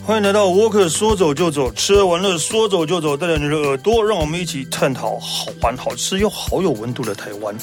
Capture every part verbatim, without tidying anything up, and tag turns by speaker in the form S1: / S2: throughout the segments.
S1: 欢迎来到沃克，说走就走，吃喝玩乐说走就走，带着你的耳朵，让我们一起探讨好玩、好吃又好有温度的台湾。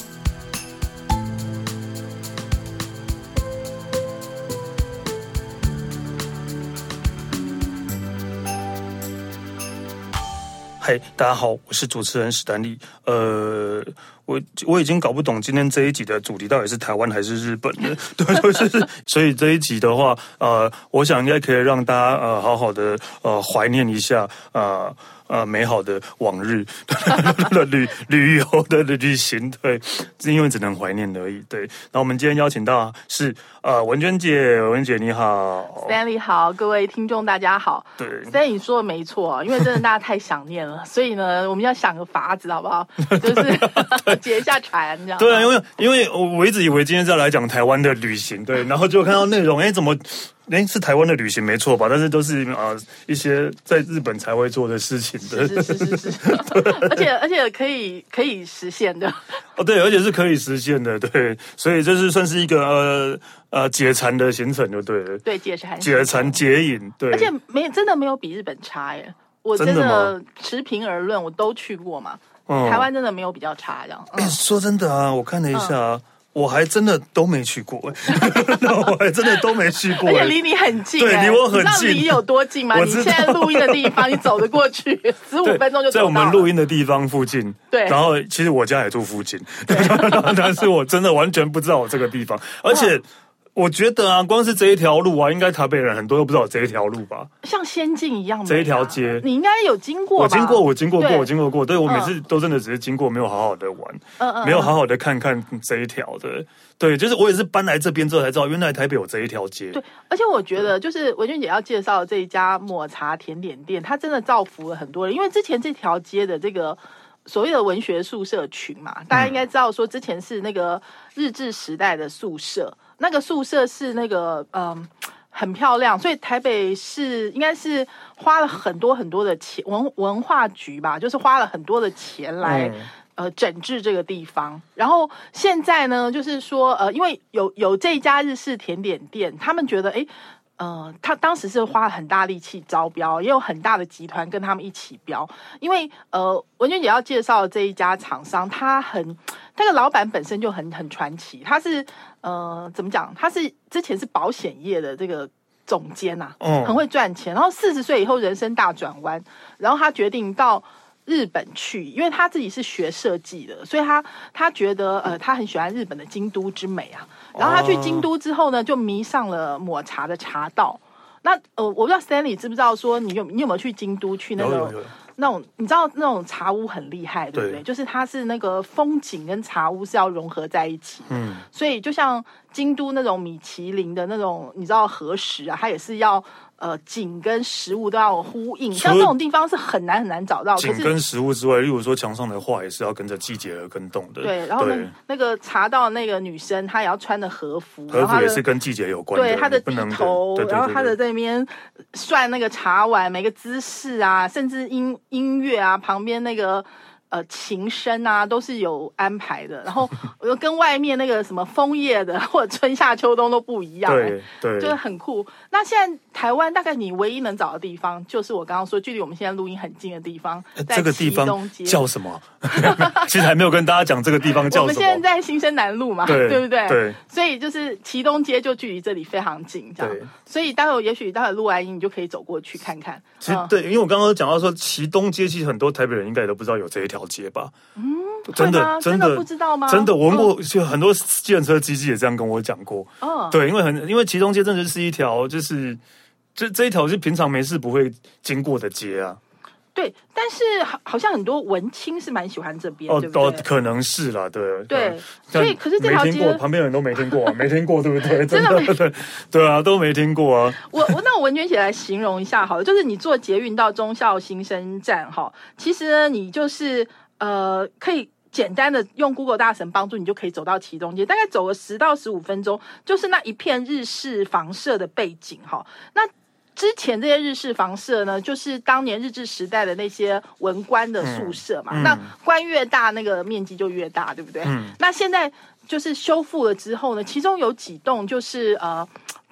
S1: 嗨，大家好，我是主持人史丹利。呃，我我已经搞不懂今天这一集的主题到底是台湾还是日本了。对，就是所以这一集的话，呃，我想应该可以让大家呃好好的呃怀念一下呃呃美好的往日旅旅游的旅行。对，因为只能怀念而已。对，那我们今天邀请到是呃文娟姐，文姐你好
S2: ，Stanley 好，各位听众大家好。
S1: 对
S2: ，Stanley 你说的没错，因为真的大家太想念了，所以呢，我们要想个法子好不好？就是解一下馋这样。
S1: 对啊，因为因为我一直以为今天是要来讲台湾的旅行，对，然后就看到内容，哎，怎么？哎，是台湾的旅行没错吧？但是都是啊、呃、一些在日本才会做的事情的，
S2: 是是是是是，而且而且可以可以实现的。
S1: 哦，对，而且是可以实现的，对，所以这是算是一个呃呃解馋的行程，就对了。
S2: 对，解馋
S1: 解馋解瘾，对，
S2: 而且没真的没有比日本差耶。我真的持平而论，我都去过嘛，嗯、台湾真的没有比较差这样。
S1: 哎、嗯，说真的啊，我看了一下、啊。嗯我还真的都没去过，我还真的都没去过，
S2: 而且离你很近，
S1: 对，离我很近。
S2: 你知道离有多近吗？你现在录音的地方，你走得过去，十五分钟就走到了。
S1: 在我们录音的地方附近，
S2: 对。
S1: 然后其实我家也住附近，但是我真的完全不知道我这个地方，而且。我觉得啊，光是这一条路啊，应该台北人很多都不知道这一条路吧？
S2: 像仙境一样的、啊、
S1: 这一条街，
S2: 你应该有经过吧？
S1: 我经过，我经过过，我经过过。对，我每次都真的只是经过，没有好好的玩，嗯嗯，没有好好的看看这一条的。对，就是我也是搬来这边之后才知道，原来台北有这一条街。
S2: 对，而且我觉得，就是文娟姐要介绍的这一家抹茶甜点店，它真的造福了很多人，因为之前这条街的这个。所谓的文学宿舍群嘛，大家应该知道说，之前是那个日治时代的宿舍，那个宿舍是那个嗯很漂亮，所以台北市应该是花了很多很多的钱，文文化局吧，就是花了很多的钱来、嗯、呃整治这个地方。然后现在呢，就是说呃，因为有有这家日式甜点店，他们觉得哎。呃，他当时是花了很大力气招标，也有很大的集团跟他们一起标。因为呃，文娟姐要介绍的这一家厂商，他很那个老板本身就很很传奇。他是呃，怎么讲？他是之前是保险业的这个总监呐、啊，很会赚钱。然后四十岁以后人生大转弯，然后他决定到日本去，因为他自己是学设计的，所以他他觉得呃，他很喜欢日本的京都之美啊。然后他去京都之后呢，就迷上了抹茶的茶道。那呃，我不知道 Stanley 知不知道说你有你有没有去京都去那种那种你知道那种茶屋很厉害，对不对？对，就是它是那个风景跟茶屋是要融合在一起。嗯，所以就像京都那种米其林的那种，你知道和食啊，它也是要。呃，景跟食物都要呼应，像这种地方是很难很难找到。
S1: 景跟食物之外，例如说墙上的画也是要跟着季节而跟动的。
S2: 对，然后那那个茶道那个女生，她也要穿的和服，
S1: 和服也是跟季节有关的。
S2: 对，她的地头，然后她的在那边涮那个茶碗，每个姿势啊，甚至音音乐啊，旁边那个。呃，琴声啊，都是有安排的。然后，我跟外面那个什么枫叶的，或者春夏秋冬都不一样、欸，
S1: 对对，
S2: 就是很酷。那现在台湾大概你唯一能找的地方，就是我刚刚说距离我们现在录音很近的地方，在
S1: 这个地方叫什么？其实还没有跟大家讲这个地方叫什么。
S2: 我们现在在新生南路嘛，
S1: 对,
S2: 对不对？
S1: 对。
S2: 所以就是旗东街就距离这里非常近，这样。
S1: 对。
S2: 所以待会也许待会录完音，你就可以走过去看看。
S1: 其实、嗯、对，因为我刚刚讲到说旗东街，其实很多台北人应该也都不知道有这一条街吧。
S2: 嗯，
S1: 真的
S2: 真的不知道吗？
S1: 真的，我问过，就很多计程车司机也这样跟我讲过。哦，对，因为很因为旗东街真的是一条，就是这这一条是平常没事不会经过的街啊。
S2: 对，但是好好像很多文青是蛮喜欢这边，
S1: 哦，
S2: 对不对？
S1: 哦，可能是啦，对
S2: 对，所以可是这条街
S1: 旁边人都没听过啊，没听过，对不对？真的没对对啊，都没听过啊。
S2: 我我那我文娟姐来形容一下好了，就是你坐捷运到忠孝新生站哈，其实呢，你就是呃可以。简单的用 Google 大神帮助，你就可以走到旗东街，大概走个十到十五分钟，就是那一片日式房舍的背景哈。那之前这些日式房舍呢，就是当年日治时代的那些文官的宿舍嘛。嗯、那官越大，那个面积就越大，对不对？嗯、那现在就是修复了之后呢，其中有几栋就是呃。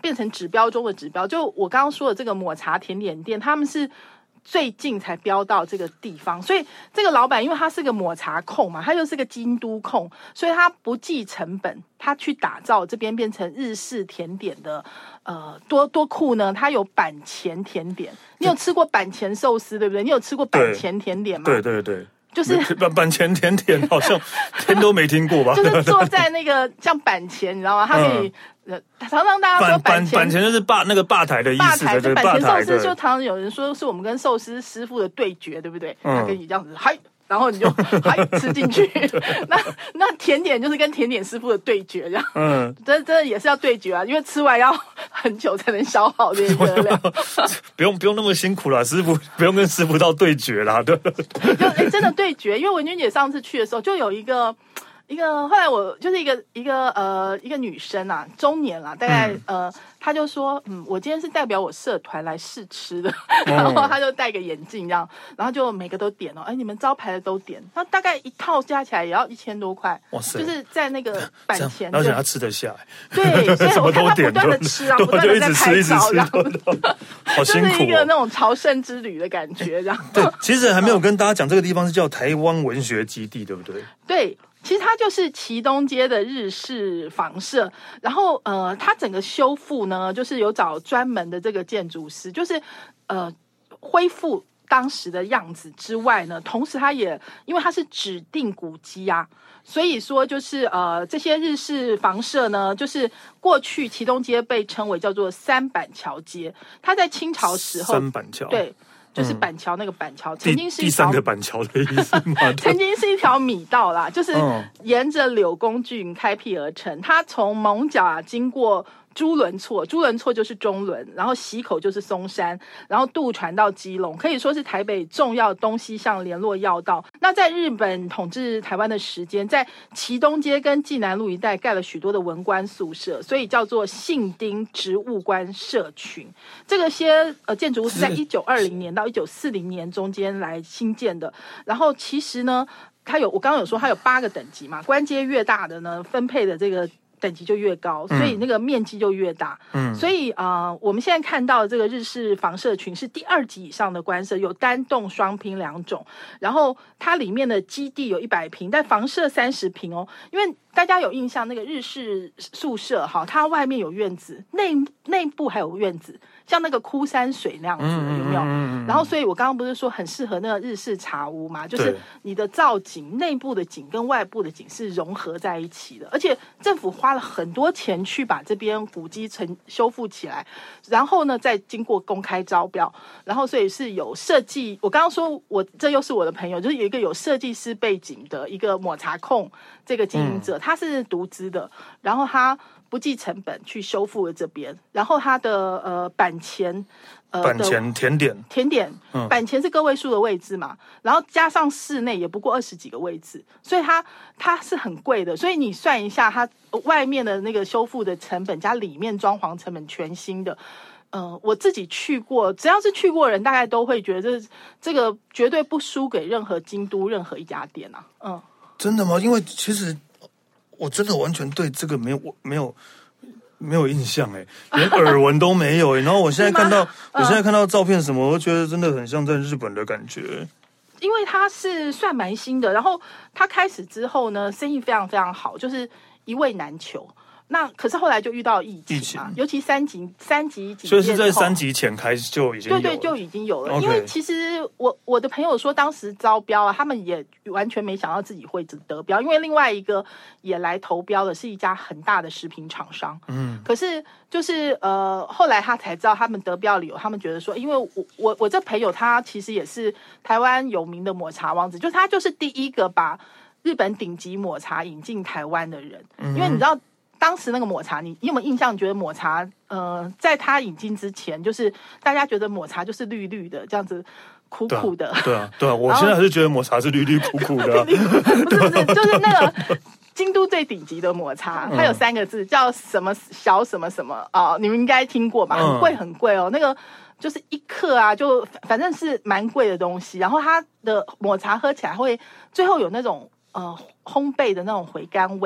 S2: 变成指标中的指标。就我刚刚说的这个抹茶甜点店，他们是最近才标到这个地方，所以这个老板因为他是个抹茶控嘛，他又是个京都控，所以他不计成本，他去打造这边变成日式甜点的，呃，多多酷呢！他有板前甜点，你有吃过板前寿司对不对？你有吃过板前甜点吗？
S1: 对对对。
S2: 就是
S1: 板板前甜点，好像听都没听过吧？
S2: 就是坐在那个像板前，你知道吗？他可以、嗯、常常大家说板前，
S1: 板前就是吧那个吧台的意思，
S2: 吧台
S1: 对，
S2: 板前寿司就常常有人说是我们跟寿司师傅的对决，对不对？嗯、他跟你这样子，嗨。然后你就还吃进去，那那甜点就是跟甜点师傅的对决，这样，嗯，真真的也是要对决啊，因为吃完要很久才能消耗这些热量。
S1: 不用不用那么辛苦啦，师傅不用跟师傅到对决啦，对。
S2: 就哎、欸，真的对决，因为文君姐上次去的时候，就有一个一个，后来我就是一个一个呃一个女生啊，中年啦，大概、嗯、呃。他就说，嗯，我今天是代表我社团来试吃的，然后他就戴个眼镜这样，然后就每个都点哦，哎，你们招牌的都点，那大概一套加起来也要一千多块，哇塞，就是在那个板前，
S1: 而且他吃得下，
S2: 对，所以我看他不断的吃啊，不断的在拍照，这样，
S1: 好辛苦、哦，
S2: 就是一个那种朝圣之旅的感觉，这样。
S1: 对，其实还没有跟大家讲，这个地方是叫台湾文学基地，对不对？
S2: 对。其实它就是旗东街的日式房舍，然后呃，它整个修复呢，就是有找专门的这个建筑师，就是呃恢复当时的样子之外呢，同时它也因为它是指定古迹啊，所以说就是呃这些日式房舍呢，就是过去旗东街被称为叫做三板桥街，它在清朝时候
S1: 三板桥
S2: 对。就是板桥那个板桥，嗯、曾经是一条
S1: 第三个板桥的意思吗？
S2: 曾经是一条米道啦，就是沿着柳公郡开辟而成。它从艋舺啊经过朱轮厝，朱轮厝就是中仑，然后溪口就是松山，然后渡船到基隆，可以说是台北重要东西向联络要道。那在日本统治台湾的时间，在旗东街跟纪南路一带盖了许多的文官宿舍，所以叫做信丁植物官社群。这个些呃建筑物是在一九二零年到一九四零年中间来新建的。然后其实呢，它有我刚刚有说它有八个等级嘛，官阶越大的呢，分配的这个等级就越高，所以那个面积就越大。嗯，所以啊、呃，我们现在看到的这个日式房舍群是第二级以上的官舍，有单栋、双拼两种。然后它里面的基地有一百坪，但房舍三十坪哦。因为大家有印象，那个日式宿舍哈，它外面有院子，内内部还有院子。像那个枯山水那样子的，有没有？然后，所以我刚刚不是说很适合那个日式茶屋嘛？就是你的造景，内部的景跟外部的景是融合在一起的，而且政府花了很多钱去把这边古迹城修复起来，然后呢，再经过公开招标，然后所以是有设计。我刚刚说我这又是我的朋友，就是有一个有设计师背景的一个抹茶控这个经营者，嗯、他是独资的，然后他。不计成本去修复了这边，然后它的呃板前呃
S1: 板前甜点
S2: 甜点、嗯、板前是个位数的位置嘛，然后加上室内也不过二十几个位置，所以它它是很贵的，所以你算一下它外面的那个修复的成本加里面装潢成本全新的。呃，我自己去过，只要是去过的人，大概都会觉得这这个绝对不输给任何京都任何一家店啊。嗯，
S1: 真的吗？因为其实。我真的完全对这个没有没有没有印象哎，连耳闻都没有哎。然后我现在看到，我现在看到照片什么，我觉得真的很像在日本的感觉。
S2: 因为它是算蛮新的，然后它开始之后呢，生意非常非常好，就是一位难求。那可是后来就遇到疫情嘛，尤其三级三级警戒，
S1: 所以是在三级前开始就已经有了，
S2: 对对，就已经有了。
S1: Okay.
S2: 因为其实我我的朋友说，当时招标啊，他们也完全没想到自己会得标，因为另外一个也来投标的是一家很大的食品厂商，嗯，可是就是呃，后来他才知道他们得标理由，他们觉得说，因为我我我这朋友他其实也是台湾有名的抹茶王子，就是他就是第一个把日本顶级抹茶引进台湾的人，嗯、因为你知道。当时那个抹茶，你你有没有印象？觉得抹茶，呃，在它引进之前，就是大家觉得抹茶就是绿绿的，这样子苦苦的。
S1: 对啊，对啊，我现在还是觉得抹茶是绿绿苦苦的、啊。
S2: 不是不是，就是那个京都最顶级的抹茶，它有三个字，叫什么小什么什么啊、呃？你们应该听过吧？很贵很贵哦，那个就是一克啊，就反正是蛮贵的东西。然后它的抹茶喝起来会最后有那种呃烘焙的那种回甘味。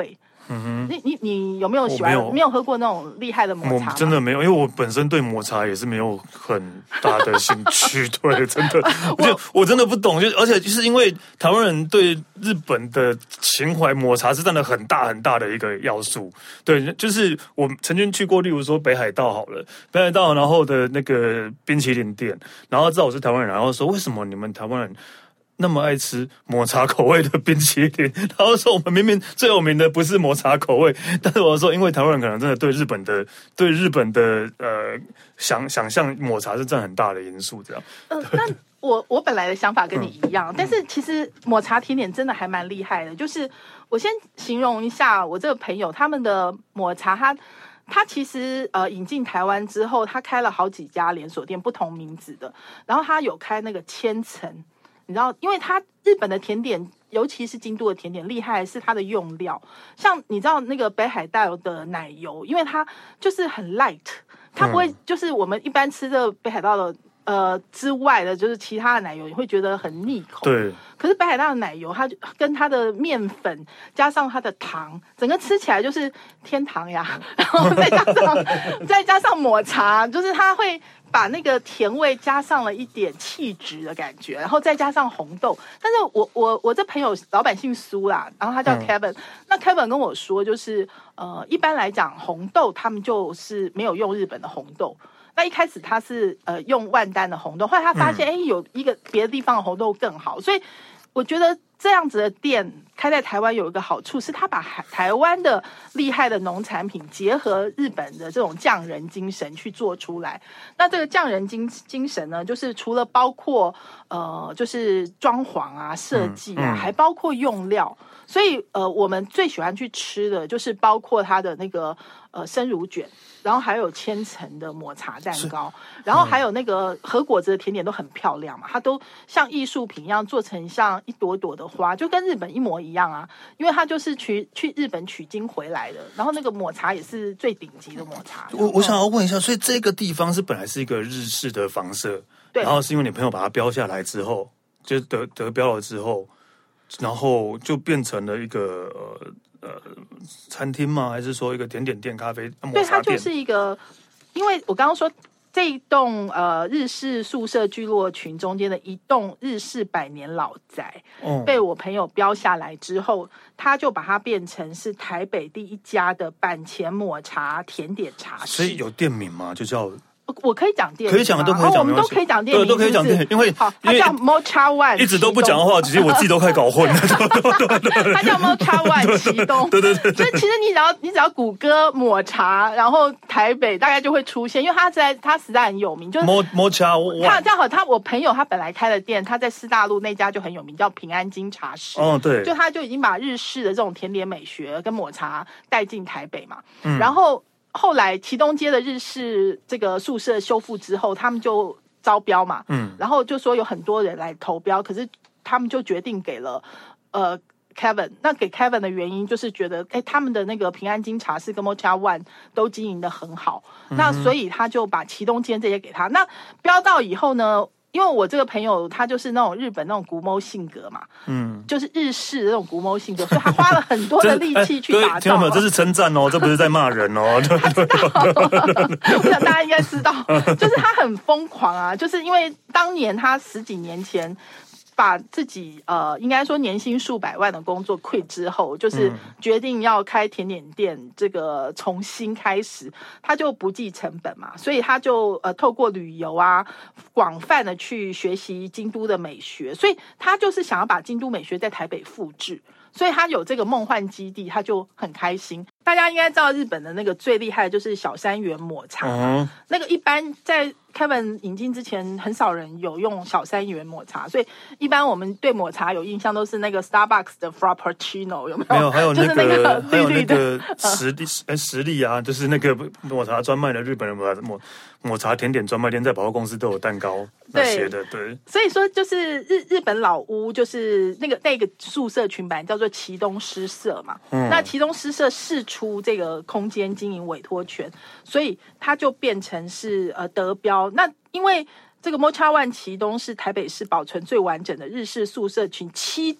S2: 嗯哼，你你你有没有喜欢？
S1: 没有
S2: 没有喝过那种厉害的抹茶？
S1: 真的没有，因为我本身对抹茶也是没有很大的兴趣。对，真的，我就我真的不懂，就而且就是因为台湾人对日本的情怀，抹茶是占了很大很大的一个要素。对，就是我曾经去过，例如说北海道好了，北海道然后的那个冰淇淋店，然后知道我是台湾人，然后说为什么你们台湾人那么爱吃抹茶口味的冰淇淋，然后说我们明明最有名的不是抹茶口味，但是我说因为台湾人可能真的对日本的对日本的呃想想象抹茶是占很大的因素，这样。
S2: 呃，那我我本来的想法跟你一样，嗯、但是其实抹茶甜点真的还蛮厉害的。就是我先形容一下我这个朋友他们的抹茶，他他其实呃引进台湾之后，他开了好几家连锁店，不同名字的，然后他有开那个千层。你知道，因为它日本的甜点，尤其是京都的甜点，厉害的是它的用料。像你知道那个北海道的奶油，因为它就是很 light， 它不会就是我们一般吃的北海道的呃之外的，就是其他的奶油，你会觉得很腻口。
S1: 对。
S2: 可是北海道的奶油，它跟它的面粉加上它的糖，整个吃起来就是天堂呀。然后再加上再加上抹茶，就是它会把那个甜味加上了一点气质的感觉，然后再加上红豆。但是我我我这朋友老板姓苏啦，然后他叫 Kevin、嗯。那 Kevin 跟我说，就是呃，一般来讲红豆他们就是没有用日本的红豆。那一开始他是呃用万丹的红豆，后来他发现哎、嗯、有一个别的地方的红豆更好，所以我觉得这样子的店开在台湾有一个好处是，他把台湾的厉害的农产品结合日本的这种匠人精神去做出来。那这个匠人精精神呢，就是除了包括呃就是装潢啊、设计啊、嗯嗯，还包括用料。所以呃我们最喜欢去吃的就是包括它的那个呃生乳卷，然后还有千层的抹茶蛋糕，然后还有那个和果子的甜点都很漂亮嘛，它都像艺术品一样做成像一朵朵的花，就跟日本一模一样啊，因为它就是去去日本取经回来的，然后那个抹茶也是最顶级的抹茶。
S1: 我我想要问一下，所以这个地方是本来是一个日式的房舍，对，然后是因为你朋友把它标下来之后，就得得标了之后，然后就变成了一个呃呃餐厅吗？还是说一个甜点店、咖啡抹茶店？
S2: 对，它就是一个，因为我刚刚说这一栋呃日式宿舍聚落群中间的一栋日式百年老宅，嗯，被我朋友标下来之后，他就把它变成是台北第一家的板前抹茶甜点茶室。
S1: 所以有店名吗？就叫。
S2: 我可以讲店名，
S1: 可以讲的都可以讲、哦，
S2: 我们都可以讲店名，
S1: 对，都可以讲店名，因为
S2: 好，它叫 Mocha One，
S1: 一直都不讲话，其实我自己都快搞混了。
S2: 它叫 Mocha One 旗东，
S1: 对对对。
S2: 所以其实你只要你只要谷歌抹茶，然后台北大概就会出现，因为它在它实在很有名，就是
S1: Mocha One。
S2: 他这样好，他我朋友他本来开的店，他在师大路那家就很有名，叫平安金茶室。
S1: 哦，对，
S2: 就他就已经把日式的这种甜点美学跟抹茶带进台北嘛，嗯、然后。后来旗东街的日式这个宿舍修复之后，他们就招标嘛，嗯，然后就说有很多人来投标，可是他们就决定给了呃 Kevin。那给 Kevin 的原因就是觉得，哎，他们的那个平安金茶室跟 Mocha One 都经营得很好，嗯、那所以他就把旗东街这些给他。那标到以后呢？因为我这个朋友他就是那种日本那种古猫性格嘛，嗯，就是日式的那种古猫性格，所以他花了很多的力气去打造。
S1: 听到没有？这是称赞哦，这不是在骂人哦。
S2: 他知道，我想大家应该知道，就是他很疯狂啊，就是因为当年他十几年前。把自己呃，应该说年薪数百万的工作 quit 之后，就是决定要开甜点店，这个重新开始，他就不计成本嘛，所以他就呃透过旅游啊，广泛的去学习京都的美学，所以他就是想要把京都美学在台北复制，所以他有这个梦幻基地，他就很开心。大家应该知道日本的那个最厉害的就是小山园抹茶，嗯、那个一般在Kevin 引进之前，很少人有用小山园抹茶，所以一般我们对抹茶有印象都是那个 Starbucks 的 Frappuccino， 有没有？
S1: 没有，还有那个，
S2: 就是、那个
S1: 还有那个实力，哎，实力啊，就是那个抹茶专卖的日本的抹抹抹茶甜点专卖店，在百货公司都有蛋糕那些的，对。
S2: 所以说，就是日日本老屋，就是那个那个宿舍群版叫做旗东诗社嘛。嗯、那旗东诗社释出这个空间经营委托权，所以它就变成是呃得标。那因为这个 Mocha One 旗东是台北市保存最完整的日式宿舍群七栋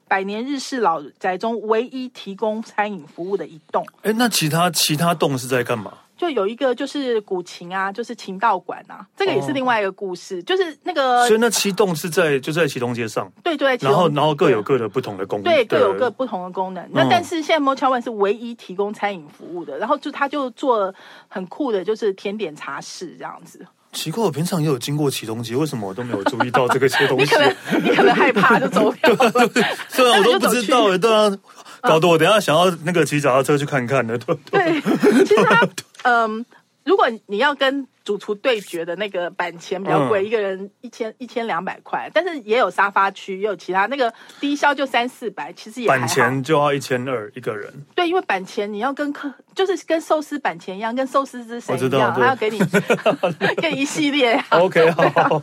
S2: 百年日式老宅中唯一提供餐饮服务的一栋。
S1: 哎，那其他其他栋是在干嘛？
S2: 就有一个就是古琴啊，就是琴道馆啊，这个也是另外一个故事，哦、就是那个。
S1: 所以那七栋是在就在启东街上，
S2: 对对，
S1: 然后然后各有各的不同的功能，
S2: 对，各有各不同的功能。那但是现在 Mocha One 是唯一提供餐饮服务的，然后就他就做很酷的，就是甜点茶室这样子。
S1: 奇怪，我平常也有经过启东街，为什么我都没有注意到这个些东西？
S2: 你可能你可能害怕就走掉了，
S1: 对对，虽然我都不知道哎，对啊，搞得我等一下想要那个骑脚踏车去看看的，对
S2: 对。其实他嗯。如果你要跟主厨对决的那个板钱比较贵，嗯、一个人一千一千两百块，但是也有沙发区，也有其他那个低消就三四百，其实也还好。
S1: 板钱就要一千二一个人。对，
S2: 因为板钱你要跟客，就是跟寿司板钱一样，跟寿司之神一样，他要给你给你一系列、啊。
S1: OK 好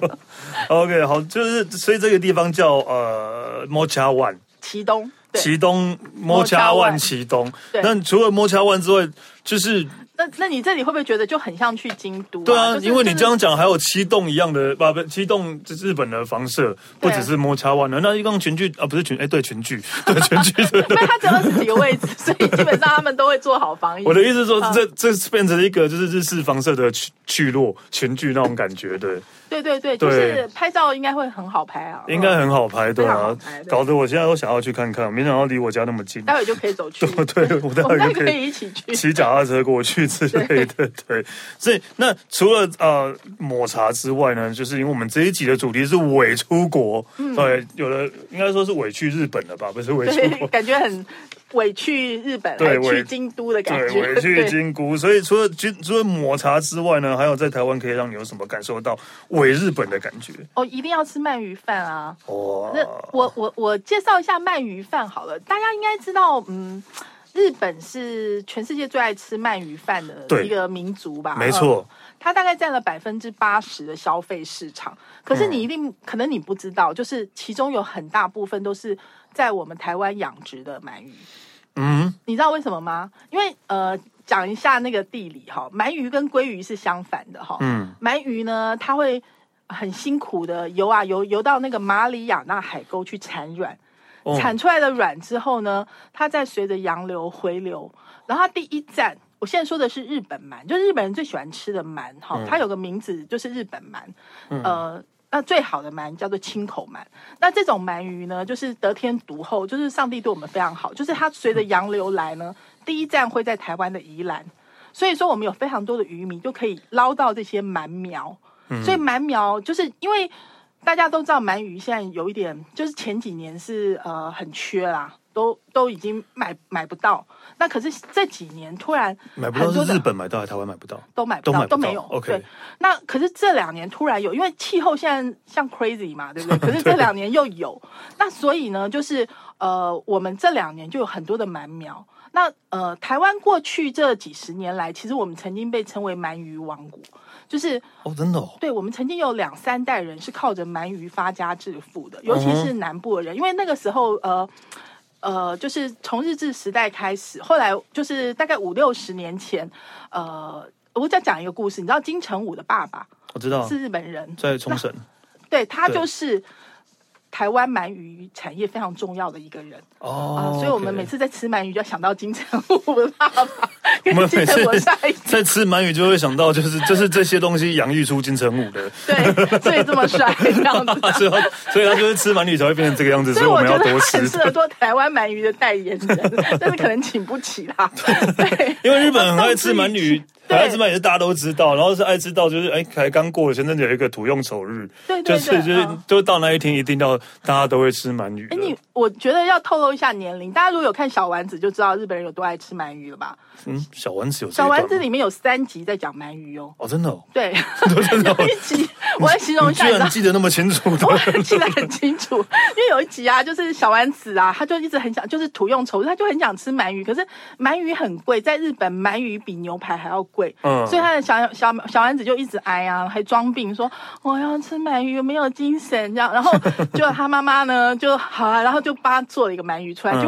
S1: ，OK 好，就是所以这个地方叫呃 Mocha One
S2: 启东，
S1: 启东 Mocha One 启东。那除了 Mocha One 之外，就是。
S2: 那那你这里会不会觉得就很像去京都、啊？
S1: 对啊，
S2: 就是、
S1: 因为你这样讲，还有七栋一样的，不不，七栋日本的房舍，不只是摩擦湾的，那一共群聚啊，不是群，哎，对，群聚，对群聚，对。
S2: 因为它只有二十几个位置，所以基本上他们都会做好防疫。
S1: 我的意思是说，嗯、这这变成了一个就是日式房舍的聚聚落、群聚那种感觉，对。
S2: 对对对，就是拍照应该会很好拍啊，
S1: 应该很好拍，对啊，搞得我现在都想要去看看，没想到离我家那么近，
S2: 待会就可以走去，
S1: 对，对我待会就
S2: 可以一起去
S1: 骑脚踏车过去之类的，对。所以那除了呃抹茶之外呢，就是因为我们这一集的主题是伪出国，嗯、对，有的应该说是伪去日本了吧，不是伪出国，
S2: 感觉很。伪去日本，对，去京都的感觉，
S1: 对，伪去京都。所以除了除了抹茶之外呢，还有在台湾可以让你有什么感受到伪日本的感觉？
S2: 哦，一定要吃鳗鱼饭啊！
S1: 哦，
S2: 那我我我介绍一下鳗鱼饭好了，大家应该知道，嗯，日本是全世界最爱吃鳗鱼饭的一个民族吧？
S1: 没错。
S2: 嗯它大概占了百分之八十的消费市场，可是你一定、嗯、可能你不知道，就是其中有很大部分都是在我们台湾养殖的鳗鱼。嗯，你知道为什么吗？因为呃，讲一下那个地理哈，鳗鱼跟鲑鱼是相反的哈。嗯，鳗鱼呢，它会很辛苦的游啊游，游到那个马里亚纳海沟去产卵，哦、产出来的卵之后呢，它再随着洋流回流，然后它第一站。我现在说的是日本鳗，就是日本人最喜欢吃的鳗哈、嗯，它有个名字就是日本鳗。嗯、呃，那最好的鳗叫做青口鳗。那这种鳗鱼呢，就是得天独厚，就是上帝对我们非常好，就是它随着洋流来呢，第一站会在台湾的宜兰，所以说我们有非常多的渔民就可以捞到这些鳗苗。嗯、所以鳗苗就是因为大家都知道鳗鱼现在有一点，就是前几年是呃很缺啦。都都已经买买不到，那可是这几年突然
S1: 买不到是日本买到还是台湾买不到？
S2: 都买不到，都没有。
S1: OK，
S2: 对，那可是这两年突然有，因为气候现在像 crazy 嘛，对不对？可是这两年又有，那所以呢，就是呃，我们这两年就有很多的鳗苗。那呃，台湾过去这几十年来，其实我们曾经被称为鳗鱼王国。就是
S1: 哦，真的、哦，
S2: 对，我们曾经有两三代人是靠着鳗鱼发家致富的，尤其是南部的人，因为那个时候呃。呃，就是从日治时代开始，后来就是大概五六十年前，呃，我再讲一个故事，你知道金城武的爸爸，
S1: 我知道
S2: 是日本人，
S1: 在冲绳，
S2: 对他就是台湾鳗鱼产业非常重要的一个人哦、呃，所以我们每次在吃鳗鱼就要想到金城武的爸爸。
S1: 我们每次在吃鳗鱼就会想到，就是就是这些东西养育出金城武的，
S2: 对，所以这么帅这样子，
S1: 所以所以他就是吃鳗鱼才会变成这个样子，所以我们要多吃。
S2: 很适合做台湾鳗鱼的代言人，但是可能请不起他。对，
S1: 因为日本很爱吃鳗鱼。海外之鳗也是大家都知道，然后是爱知道，就是哎，才刚过了前阵子有一个土用丑日，
S2: 对对对，
S1: 就是就是、嗯、就到那一天一定要大家都会吃鳗鱼。
S2: 哎，你我觉得要透露一下年龄，大家如果有看小丸子就知道日本人有多爱吃鳗鱼了吧？
S1: 嗯，小丸子有
S2: 小丸子里面有三集在讲鳗鱼哦。
S1: 哦，真的哦。
S2: 对，
S1: 真的、哦。
S2: 有一集我来形容一下，
S1: 你居然记得那么清楚，
S2: 我记得很清楚，因为有一集啊，就是小丸子啊，他就一直很想，就是土用丑日，他就很想吃鳗鱼，可是鳗鱼很贵，在日本鳗鱼比牛排还要贵，嗯，所以他。小小小丸子就一直挨啊，还装病说我要吃鳗鱼，没有精神这样。然后就他妈妈呢就好啊，然后就帮他做了一个鳗鱼出来。嗯、结果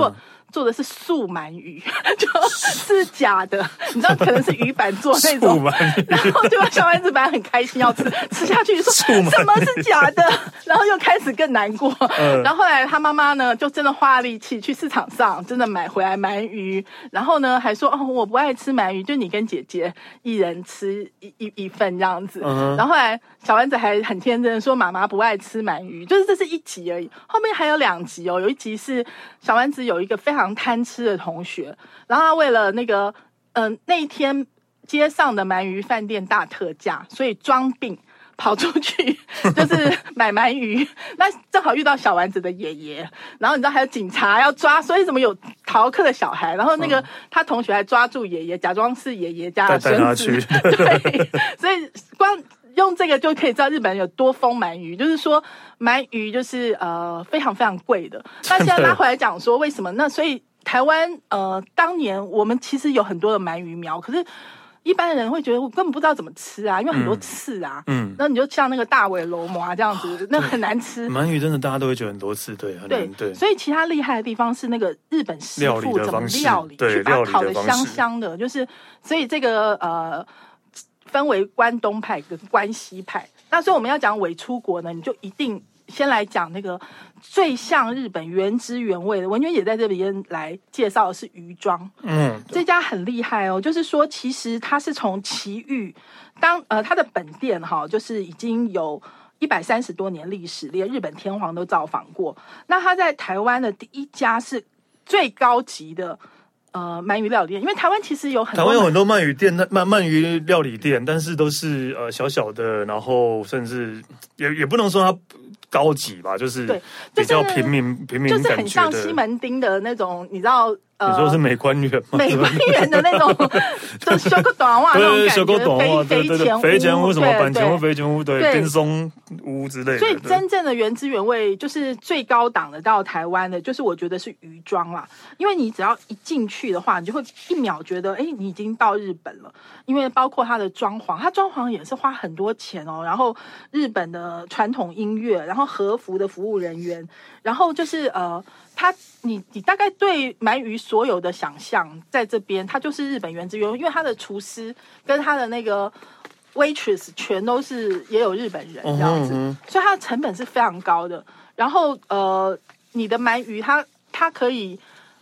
S2: 做的是素鳗鱼，就是假的，你知道可能是鱼板做那种，然后就小丸子本来很开心要吃，吃下去说什么是假的，然后又开始更难过。嗯、然后后来他妈妈呢，就真的花力气去市场上真的买回来鳗鱼，然后呢还说哦我不爱吃鳗鱼，就你跟姐姐一人吃一一一份这样子。嗯、然后后来小丸子还很天真的说妈妈不爱吃鳗鱼，就是这是一集而已，后面还有两集哦，有一集是小丸子有一个非常贪吃的同学，然后他为了那个嗯、呃、那一天街上的鳗鱼饭店大特价，所以装病跑出去就是买鳗鱼，那正好遇到小丸子的爷爷，然后你知道还有警察要抓，所以怎么有逃课的小孩，然后那个、嗯、他同学还抓住爷爷，假装是爷爷家的孙子，对，所以光用这个就可以知道日本人有多疯鳗鱼，就是说鳗鱼就是呃非常非常贵的。那现在拉回来讲说为什么？那所以台湾呃当年我们其实有很多的鳗鱼苗，可是一般的人会觉得我根本不知道怎么吃啊，因为很多刺啊。嗯，那你就像那个大尾螺麻这样子，那很难吃。
S1: 鳗鱼真的大家都会觉得很多刺，对，很难，对对。
S2: 所以其他厉害的地方是那个日本师傅怎么料理，去把它烤得香香的，就是所以这个呃。分为关东派跟关西派，那所以我们要讲伪出国呢，你就一定先来讲那个最像日本原汁原味的。文娟姐在这边来介绍的是鱼庄，嗯，这家很厉害哦，就是说其实它是从埼玉当呃它的本店哈，就是已经有一百三十多年历史，连日本天皇都造访过。那它在台湾的第一家是最高级的。呃，鳗鱼料理店，因为台湾其实有很多，
S1: 台湾有很多鳗鱼店、鳗鳗鱼料理店，但是都是呃小小的，然后甚至也也不能说它高级吧，就是比较平民、就是、平民感觉的，就是很
S2: 像西门町的那种，你知道。
S1: 呃、你说是美官园吗？
S2: 美官园的那种，就修个短袜那种感觉，肥肥前屋、
S1: 肥前屋什么板前屋、肥前屋，对，冰松屋之类的。
S2: 所以真正的原汁原味，就是最高档的到台湾的，就是我觉得是鱼庄啦。因为你只要一进去的话，你就会一秒觉得，哎，你已经到日本了。因为包括它的装潢，它装潢也是花很多钱哦。然后日本的传统音乐，然后和服的服务人员，然后就是呃。他，你你大概对鳗鱼所有的想象，在这边，它就是日本原汁原味，因为他的厨师跟他的那个 waitress 全都是也有日本人这样子，嗯、所以它的成本是非常高的。然后呃，你的鳗鱼它它可以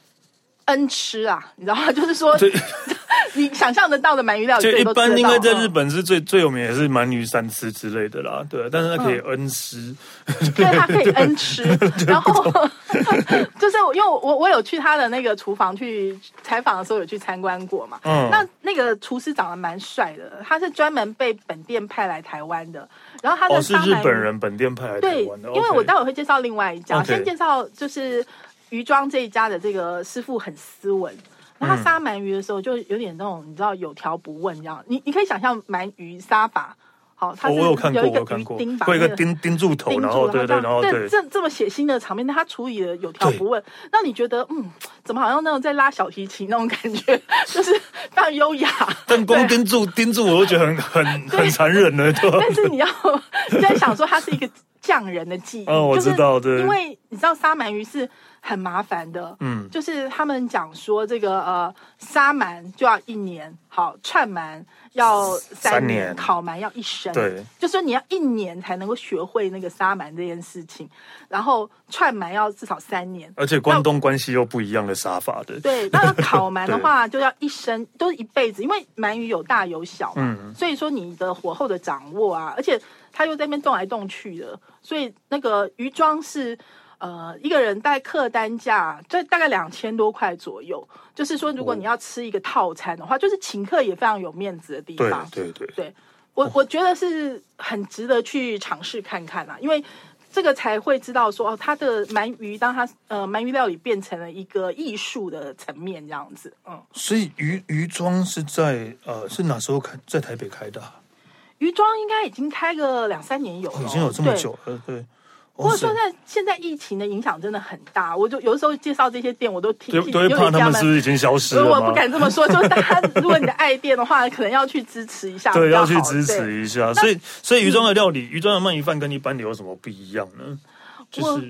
S2: N 吃啊，你知道吗？就是说。你想象得到的鳗鱼料理，
S1: 就一般应该在日本是最、嗯、最有名，也是鳗鱼三吃之类的啦，对。但是它可以 N 吃，
S2: 嗯、对，它可以 N 吃。然后就是因为我我有去他的那个厨房去采访的时候，有去参观过嘛。嗯。那那个厨师长得蛮帅的，他是专门被本店派来台湾的。然后他的
S1: 哦是日本人本店派来台湾的，
S2: 对，因为我待会会介绍另外一家， okay. 先介绍就是鱼庄这一家的这个师傅很斯文。然后他杀鳗鱼的时候，就有点那种你知道有条不紊这样。你你可以想象鳗鱼杀法，好，它是有一个鱼钉，
S1: 会一个钉钉住头，然后对对，然后对
S2: 这这么血腥的场面，他处理的有条不紊，让你觉得嗯，怎么好像那种在拉小提琴那种感觉，就是非常优雅。
S1: 但光盯住盯住，我就觉得很很很残忍了，对吧？
S2: 但是你要你在想说，它是一个匠人的技艺，
S1: 哦，我知道，对，
S2: 因为你知道杀鳗鱼是。很麻烦的，嗯，就是他们讲说这个呃杀鳗就要一年，好串鳗要三年，三年烤鳗要一生，
S1: 对，
S2: 就说你要一年才能够学会那个杀鳗这件事情，然后串鳗要至少三年，
S1: 而且关东关西又不一样的杀法的，
S2: 对，那烤鳗的话就要一生，都是一辈子，因为鳗鱼有大有小嘛，嗯，所以说你的火候的掌握啊，而且它又在那边动来动去的，所以那个鱼庄是。呃，一个人大概客单价就大概两千多块左右。就是说，如果你要吃一个套餐的话，就是请客也非常有面子的地方。
S1: 对对对，
S2: 对我、哦、我觉得是很值得去尝试看看啦，因为这个才会知道说，哦，它的鳗鱼，当它呃鳗鱼料理变成了一个艺术的层面这样子。嗯，
S1: 所以鱼鱼庄是在呃是哪时候开在台北开的、啊？
S2: 鱼庄应该已经开个两三年有了、哦，
S1: 已经有这么久了，对。
S2: 不过说在现在疫情的影响真的很大，我就有的时候介绍这些店，我都提
S1: 都都会怕他们是不是已经消失了吗？
S2: 我不敢这么说，就是大家如果你的爱店的话，可能要去支持一下，
S1: 对，要去支持一下。所以，所以鱼庄的料理，鱼庄的鳗鱼饭跟一般的有什么不一样呢？就是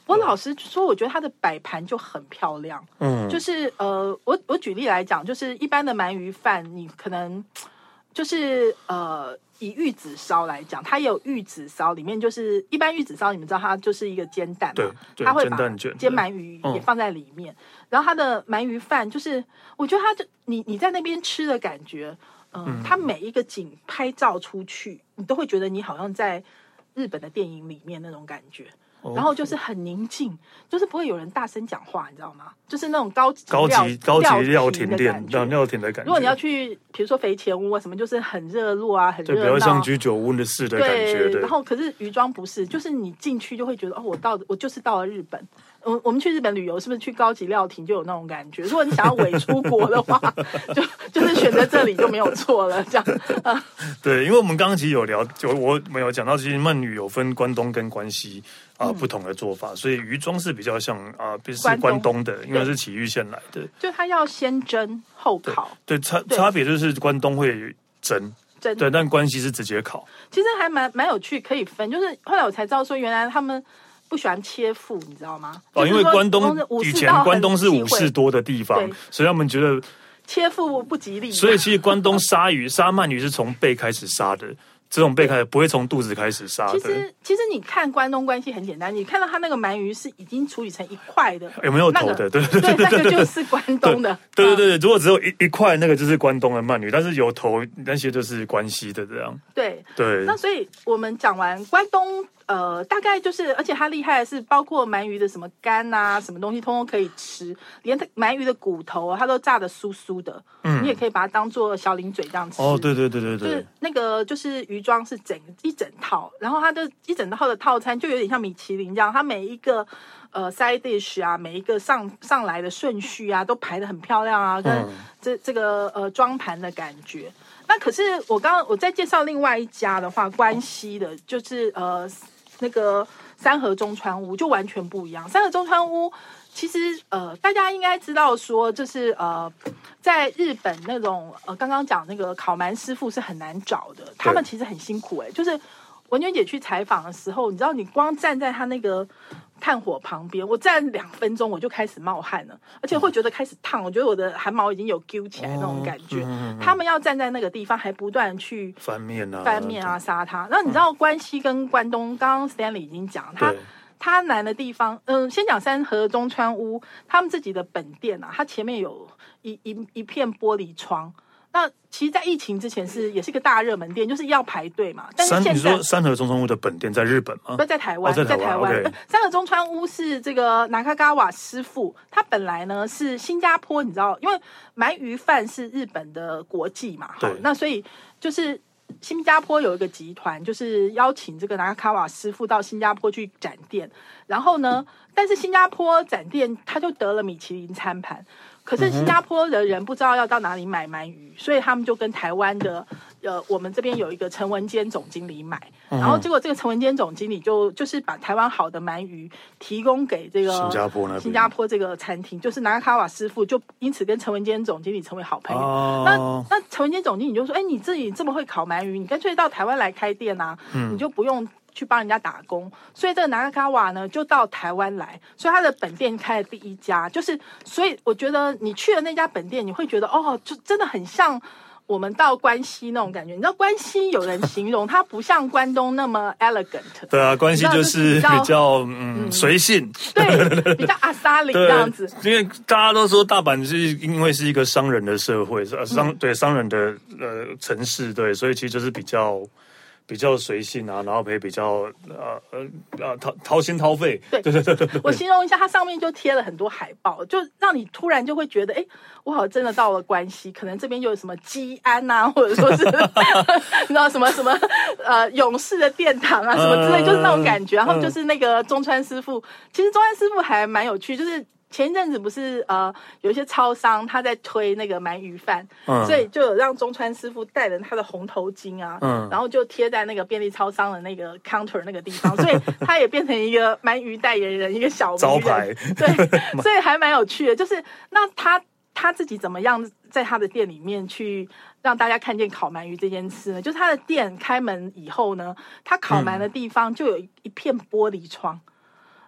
S2: 我老实说，我觉得它的摆盘就很漂亮。嗯，就是呃，我我举例来讲，就是一般的鳗鱼饭，你可能就是呃，以玉子烧来讲，它也有玉子烧，里面就是一般玉子烧，你们知道它就是一个煎蛋嘛，它会把煎鳗鱼也放在里面，嗯、然后它的鳗鱼饭就是，我觉得它就你你在那边吃的感觉。嗯，它每一个景拍照出去，你都会觉得你好像在日本的电影里面那种感觉，哦、然后就是很宁静，就是不会有人大声讲话，你知道吗？就是那种高级
S1: 高级高级料
S2: 亭
S1: 店料亭的感觉。
S2: 如果你要去，比如说肥前屋啊什么，就是很热络啊，很热闹，
S1: 对，比较像居酒屋的式的感觉。
S2: 对，然后可是渔庄不是，就是你进去就会觉得哦，我到我就是到了日本。我我们去日本旅游，是不是去高级料亭就有那种感觉？如果你想要伪出国的话，就就是选择这里就没有错了。这样，啊、
S1: 对，因为我们刚刚其实有聊，就我没有讲到，其实鳗鱼有分关东跟关西啊、呃嗯、不同的做法，所以渔庄是比较像啊，呃、是关东的，因为是崎玉县来的，
S2: 就它要先蒸后烤。
S1: 对，对差差别就是关东会蒸。对，但关西是直接烤。
S2: 其实还蛮蛮有趣，可以分。就是后来我才知道说，原来他们不喜欢切腹，你知道吗？
S1: 哦，因为关东以前关东是武士多的地方，所以他们觉得
S2: 切腹不吉利。
S1: 所以其实关东杀鱼、杀鳗鱼是从背开始杀的。这种背开始不会从肚子开始杀的。
S2: 其实，其实你看关东关西很简单，你看到它那个鳗鱼是已经处理成一块的，
S1: 有没有头的？对
S2: 对对，那个就是关东的。
S1: 对对对，如果只有一一块，那个就是关东的鳗鱼，但是有头那些就是关西的这样。
S2: 对
S1: 对，
S2: 那所以我们讲完关东。呃，大概就是，而且它厉害的是，包括鳗鱼的什么肝啊，什么东西，通通可以吃，连鳗鱼的骨头啊，它都炸得酥酥的，嗯，你也可以把它当做小零嘴这样吃。
S1: 哦，对对对对对，
S2: 就是那个就是鱼庄是整一整套，然后它的一整套的套餐就有点像米其林这样，它每一个呃 side dish 啊，每一个上上来的顺序啊，都排得很漂亮啊，跟这、嗯、这个呃装盘的感觉。那可是我刚刚我在介绍另外一家的话，关西的，就是呃。那个三和中川屋就完全不一样。三和中川屋其实呃，大家应该知道说，就是呃，在日本那种呃，刚刚讲那个烤鳗师傅是很难找的，他们其实很辛苦哎、欸。就是文娟姐去采访的时候，你知道，你光站在他那个炭火旁边，我站两分钟我就开始冒汗了，而且会觉得开始烫，我觉得我的汗毛已经有揪起来那种感觉。哦嗯嗯、他们要站在那个地方，还不断去
S1: 翻面啊、
S2: 翻面啊、杀它。那你知道关西跟关东，刚刚 Stanley 已经讲，他他难的地方，嗯、呃，先讲三和中川屋，他们自己的本店啊，它前面有一一一片玻璃窗。那其实，在疫情之前是也是一个大热门店，就是要排队嘛。但是现在
S1: 你说三和中川屋的本店在日本吗？
S2: 不在台湾，
S1: 哦、在台湾。
S2: okay、三和中川屋是这个拿卡嘎瓦师傅，他本来呢是新加坡，你知道，因为鳗鱼饭是日本的国际嘛，好，那所以就是新加坡有一个集团，就是邀请这个拿卡瓦师傅到新加坡去展店，然后呢，但是新加坡展店他就得了米其林餐盘。可是新加坡的人不知道要到哪里买鳗鱼，所以他们就跟台湾的呃，我们这边有一个陈文坚总经理买，然后结果这个陈文坚总经理就就是把台湾好的鳗鱼提供给这个
S1: 新加坡那
S2: 新加坡这个餐厅，就是拿卡瓦师傅就因此跟陈文坚总经理成为好朋友。哦、那那陈文坚总经理就说：“哎，你自己这么会烤鳗鱼，你干脆到台湾来开店啊，嗯、你就不用。”去帮人家打工，所以这个拿卡瓦呢就到台湾来，所以他的本店开了第一家，就是所以我觉得你去了那家本店，你会觉得哦，就真的很像我们到关西那种感觉。你知道关西有人形容它不像关东那么 elegant，
S1: 对啊，关西就是比较, 比较嗯随性，
S2: 对，比较阿萨里这样子。
S1: 因为大家都说大阪是因为是一个商人的社会，商、嗯、对商人的呃城市，对，所以其实就是比较。比较随性啊，然后可以比较呃呃呃掏掏心掏肺。
S2: 对对对对，我形容一下，它上面就贴了很多海报，就让你突然就会觉得，哎，我好像真的到了关西，可能这边就有什么基安啊，或者说是你知道什么什么呃勇士的殿堂啊，什么之类，就是那种感觉。然后就是那个中川师傅，其实中川师傅还蛮有趣，就是。前一阵子不是呃有一些超商他在推那个鳗鱼饭，嗯、所以就有让中川师傅带着他的红头巾啊，嗯、然后就贴在那个便利超商的那个 counter 那个地方，所以他也变成一个鳗鱼代言人，一个小
S1: 招牌。
S2: 对，所以还蛮有趣的。就是那他他自己怎么样在他的店里面去让大家看见烤鳗鱼这件事呢？就是他的店开门以后呢，他烤鳗的地方就有一片玻璃窗。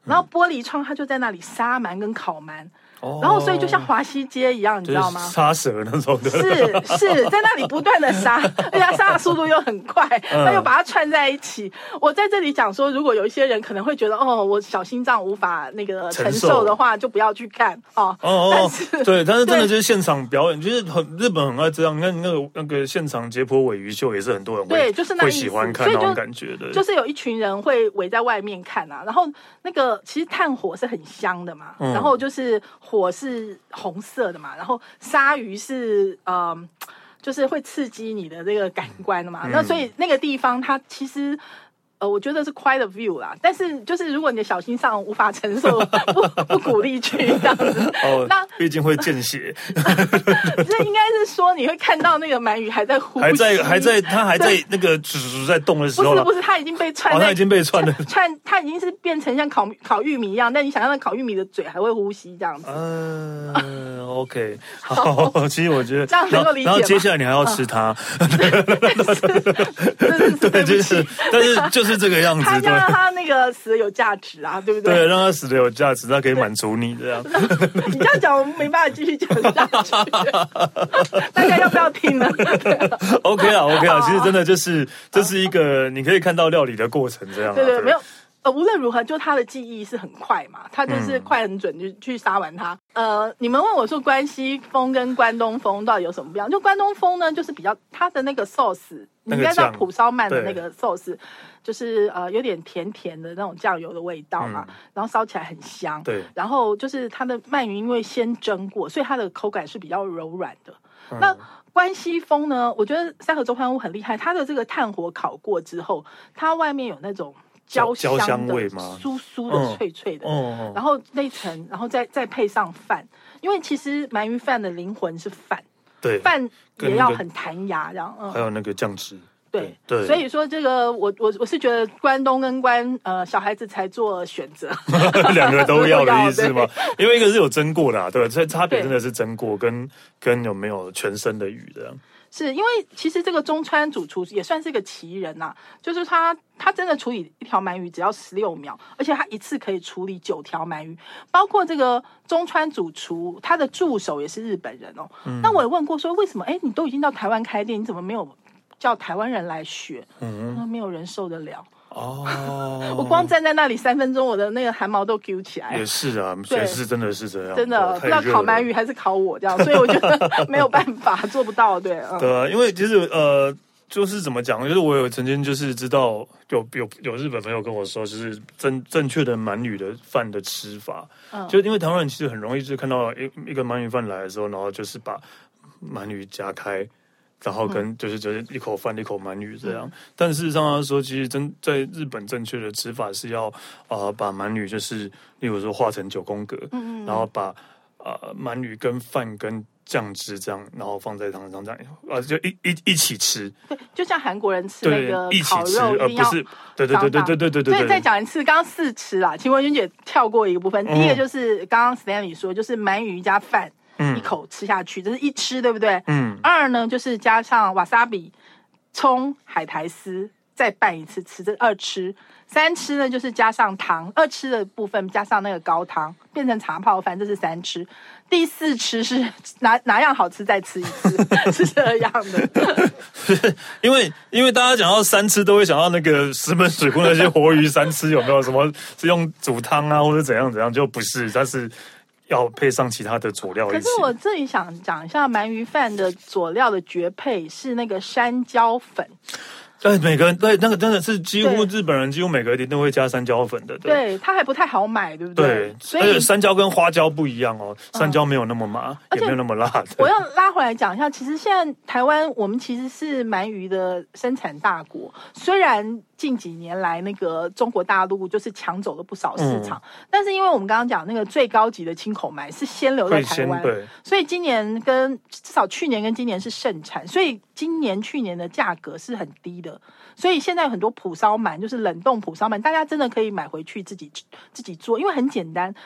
S2: 然后玻璃窗它就在那里杀鳗跟烤鳗。哦、然后，所以就像华西街一样，你知道吗？
S1: 杀蛇那种的，
S2: 是是，在那里不断的杀，而且它杀的速度又很快，他又把它串在一起。我在这里讲说，如果有一些人可能会觉得，哦，我小心脏无法那个承受的话，就不要去看哦。哦但是
S1: 对，但是真的就是现场表演，就是很日本很爱这样。你看那个那个现场解剖尾鱼秀，也是很多人会
S2: 对，就是那
S1: 会喜欢看那种感觉的，
S2: 就是有一群人会围在外面看啊。然后那个其实炭火是很香的嘛，嗯、然后就是火是红色的嘛，然后鲨鱼是呃，就是会刺激你的这个感官的嘛。嗯、那所以那个地方它其实。呃，我觉得是 quite a view 啦，但是就是如果你的小心脏无法承受，不不鼓励去这样子。
S1: 哦，那毕竟会见血。
S2: 这应该是说你会看到那个鳗鱼还在呼吸，
S1: 还在还在它还在那个在动的时候，
S2: 不是不是，它已经被串，
S1: 哦，它已经被串了，
S2: 串它已经是变成像烤烤玉米一样，但你想象那烤玉米的嘴还会呼吸这样子。
S1: 嗯、呃、，OK， 好，其实我觉得
S2: 这样能够理解。
S1: 然后接下来你还要吃它，
S2: 对，
S1: 就是，但是就是。是这个样子，
S2: 他要让他那个死的有价值啊，对不对？
S1: 对，让他死的有价值，他可以满足你这样。
S2: 你这样讲，我们没办法继续讲下去。大家要不要听呢
S1: ？OK 啊 ，OK 啊，其实真的就是这是一个你可以看到料理的过程这样、啊。
S2: 对 对, 對，没有。呃，无论如何，就他的记忆是很快嘛，他就是快很准，就去杀完他。呃，你们问我说关西风跟关东风到底有什么不一样？就关东风呢，就是比较它的那个 sauce， 你应该知道蒲烧鳗的那个 sauce， 就是呃有点甜甜的那种酱油的味道嘛，嗯、然后烧起来很香。
S1: 对，
S2: 然后就是它的鳗鱼因为先蒸过，所以它的口感是比较柔软的。嗯、那关西风呢，我觉得三和周刊屋很厉害，它的这个炭火烤过之后，它外面有那种。焦香的、酥酥的、脆脆的，嗯、然后那一层，然后再再配上饭，因为其实鳗鱼饭的灵魂是饭，
S1: 对，
S2: 饭也要很弹牙，这样，嗯，
S1: 还有那个酱汁，
S2: 对
S1: 对，
S2: 所以说这个我我我是觉得关东跟关呃小孩子才做选择，
S1: 两个都要的意思吗？因为一个是有蒸过的、啊，对，所以差别真的是蒸过跟跟有没有全身的鱼的。
S2: 是因为其实这个中川主厨也算是个奇人呐、啊，就是他他真的处理一条鳗鱼只要十六秒，而且他一次可以处理九条鳗鱼，包括这个中川主厨他的助手也是日本人哦。嗯、那我也问过说为什么？哎，你都已经到台湾开店，你怎么没有叫台湾人来学？嗯，没有人受得了。哦，我光站在那里三分钟，我的那个汗毛都揪起来。
S1: 也是啊，也是真的是这样，
S2: 真的不知道烤鳗鱼还是烤我这样，所以我觉得没有办法，做不到，对。嗯、
S1: 对啊，因为其实呃，就是怎么讲，就是我有曾经就是知道有有有日本朋友跟我说，就是正正确的鳗鱼的饭的吃法，嗯、就因为台湾人其实很容易就是看到一一个鳗鱼饭来的时候，然后就是把鳗鱼夹开。然后跟就是就是一口饭一口鳗鱼这样，嗯、但事实上他说，其实真在日本正确的吃法是要呃把鳗鱼就是例如说画成九宫格，嗯嗯然后把呃鳗鱼跟饭跟酱汁这样，然后放在汤上这样，呃就一一一起吃。
S2: 对，就像韩国人吃那个烤肉一定要，
S1: 不是，对对对对对对对对。
S2: 所以再讲一次，刚刚四吃啦，请文君姐跳过一个部分，第一个就是刚刚 Stanley 说，就是鳗鱼加饭。嗯、一口吃下去，这是一吃，对不对？嗯。二呢，就是加上瓦萨比、葱、海苔丝，再拌一次吃，这二吃。三吃呢，就是加上糖，二吃的部分加上那个高汤，变成茶泡饭，这是三吃。第四吃是哪哪样好吃再吃一次，是这样的。
S1: 因为因为大家讲到三吃，都会想到那个石门水库那些活鱼三吃，有没有什么是用煮汤啊，或者怎样怎样？就不是，它是。要配上其他的佐料一起。
S2: 可是我这里想讲一下鳗鱼饭的佐料的绝配是那个山椒粉。
S1: 对，每个人对那个真的是几乎日本人几乎每个人都会加山椒粉的。
S2: 对，对它还不太好买，对不对？
S1: 对，所以而且山椒跟花椒不一样哦，山椒没有那么麻，嗯、也没有那么辣的。
S2: 我要拉回来讲一下，其实现在台湾我们其实是鳗鱼的生产大国，虽然近几年来那个中国大陆就是抢走了不少市场，嗯、但是因为我们刚刚讲那个最高级的青口鳗是先留在台湾，所以今年跟至少去年跟今年是盛产，所以今年去年的价格是很低的。所以现在有很多蒲烧鳗，就是冷冻蒲烧鳗，大家真的可以买回去自己自己做，因为很简单。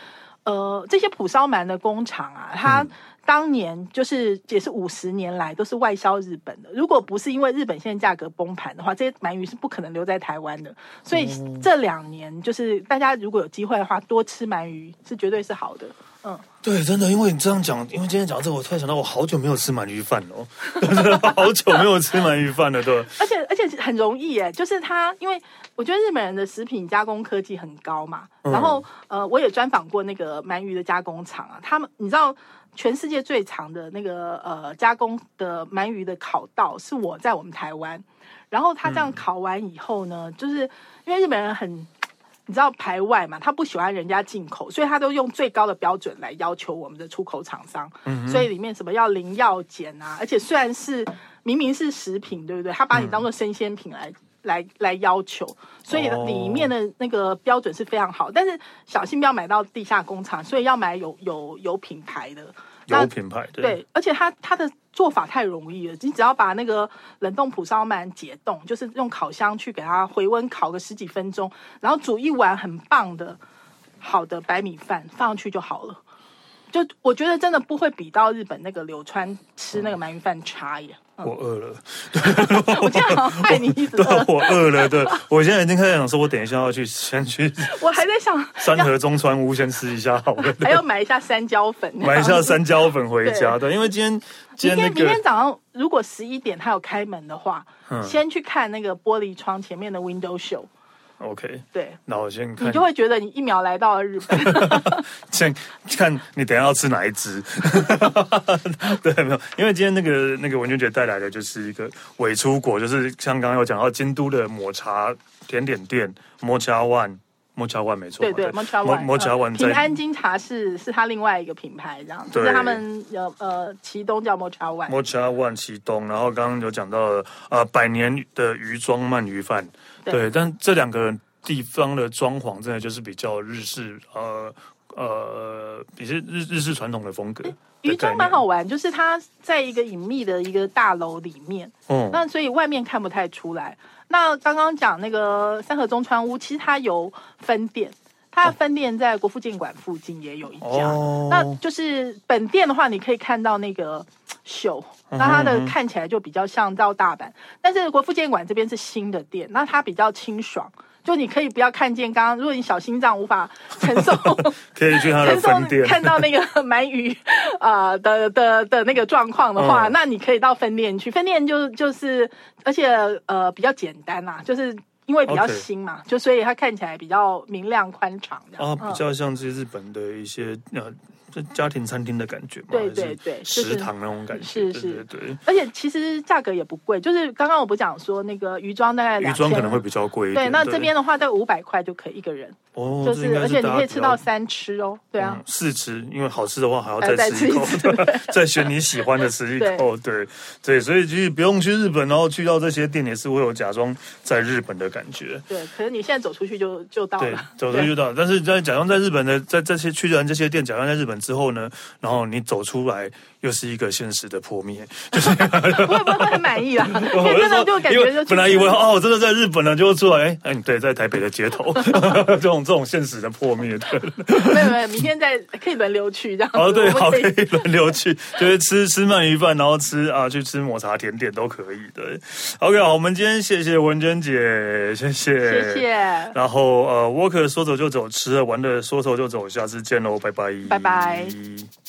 S2: 呃，这些蒲烧鳗的工厂啊，它当年就是也是五十年来都是外销日本的。如果不是因为日本现在价格崩盘的话，这些鳗鱼是不可能留在台湾的。所以这两年就是大家如果有机会的话，多吃鳗鱼是绝对是好的。嗯，
S1: 对，真的，因为你这样讲，因为今天讲到这个，我突然想到，我好久没有吃鳗鱼饭了、哦，好久没有吃鳗鱼饭了，对。
S2: 而且而且很容易耶，就是它，因为我觉得日本人的食品加工科技很高嘛，然后、嗯、呃，我也专访过那个鳗鱼的加工厂啊，他们你知道，全世界最长的那个呃加工的鳗鱼的烤道是我在我们台湾，然后他这样烤完以后呢，嗯、就是因为日本人很。你知道排外嘛？他不喜欢人家进口，所以他都用最高的标准来要求我们的出口厂商。嗯，所以里面什么要零药检啊，而且虽然是明明是食品，对不对？他把你当做生鲜品来、嗯、来来要求，所以里面的那个标准是非常好。但是小心不要买到地下工厂，所以要买有有有品牌的。
S1: 有品牌的，
S2: 对，而且它它的做法太容易了，你只要把那个冷冻蒲烧鳗解冻，就是用烤箱去给它回温烤个十几分钟，然后煮一碗很棒的好的白米饭放上去就好了。就我觉得真的不会比到日本那个柳川吃那个鳗鱼饭差耶。
S1: 嗯、我饿了，
S2: 我这样好像害你一直饿。
S1: 我饿了，对，我现在已经开始想说，我等一下要去先去。
S2: 我还在想
S1: 三河中川屋先吃一下好了，
S2: 还要买一下山椒粉，
S1: 买一下山椒粉回家。对，因为今天今天、那个、
S2: 明天明天早上如果十一点它有开门的话，嗯、先去看那个玻璃窗前面的 window show。OK， 对，
S1: 那我先看，
S2: 你就会觉得你一秒来到了日本。
S1: 先看你等一下要吃哪一只。对，没有，因为今天那个那个文娟姐带来的就是一个伪出国，就是像刚刚有讲到京都的抹茶甜点店抹茶湾。抹茶湾没错，
S2: 对对，抹茶湾，
S1: 抹茶湾，
S2: 平安金茶是是它另外一个品牌，这样，就是他们有呃旗东叫抹茶湾，
S1: 抹茶湾旗东，然后刚刚有讲到了呃百年的鱼庄鳗鱼饭，对，对，但这两个地方的装潢真的就是比较日式，呃呃，比是日日式传统的风格。
S2: 鱼庄蛮好玩，就是它在一个隐秘的一个大楼里面，嗯，那所以外面看不太出来。那刚刚讲那个三河中川屋，其实它有分店，它的分店在国父纪念馆附近也有一家。哦、那就是本店的话，你可以看到那个秀，那它的看起来就比较像到大阪，但是国父纪念馆这边是新的店，那它比较清爽。就你可以不要看见刚刚，如果你小心脏无法承受，
S1: 可以去他的分店
S2: 看到那个鳗鱼啊、呃、的的的那个状况的话、嗯，那你可以到分店去。分店就就是，而且呃比较简单啦，就是因为比较新嘛， okay. 就所以它看起来比较明亮宽敞这样。
S1: 啊，比较像是日本的一些呃。就家庭餐厅的感觉嘛，
S2: 对对对，
S1: 食堂那种感觉，
S2: 是是，
S1: 对对对。
S2: 而且其实价格也不贵，就是刚刚我不讲说那个鱼庄大概
S1: 鱼庄可能会比较贵一点，
S2: 对，那这边的话大概五百块就可以一个人。哦，就是，而且你可以吃到三吃哦，对啊，
S1: 嗯、四吃，因为好吃的话还要再吃一口，再选你喜欢的吃一口，对对，所以其实不用去日本，然后去到这些店也是会有假装在日本的感觉。
S2: 对，可是你现在走出去就就到了，
S1: 对，走出去就到了。但是在假装在日本的，在这些去完这些店，假装在日本之后呢，然后你走出来又是一个现实的破灭，就是不
S2: 会不会很满意啦，真的就感觉就
S1: 本来以为哦，真的在日本了，就出来哎，对，在台北的街头这种。这种现实的破灭，对，
S2: 没有没有，明天再可以轮流去这样。
S1: 哦，对，好，可以轮流去，就是吃吃鳗鱼饭，然后吃啊，去吃抹茶甜点都可以。对 ，OK， 好，我们今天谢谢文娟姐，谢谢，
S2: 谢谢。
S1: 然后呃 ，Walker 说走就走，吃了玩的说走就走，下次见喽，拜拜，
S2: 拜拜。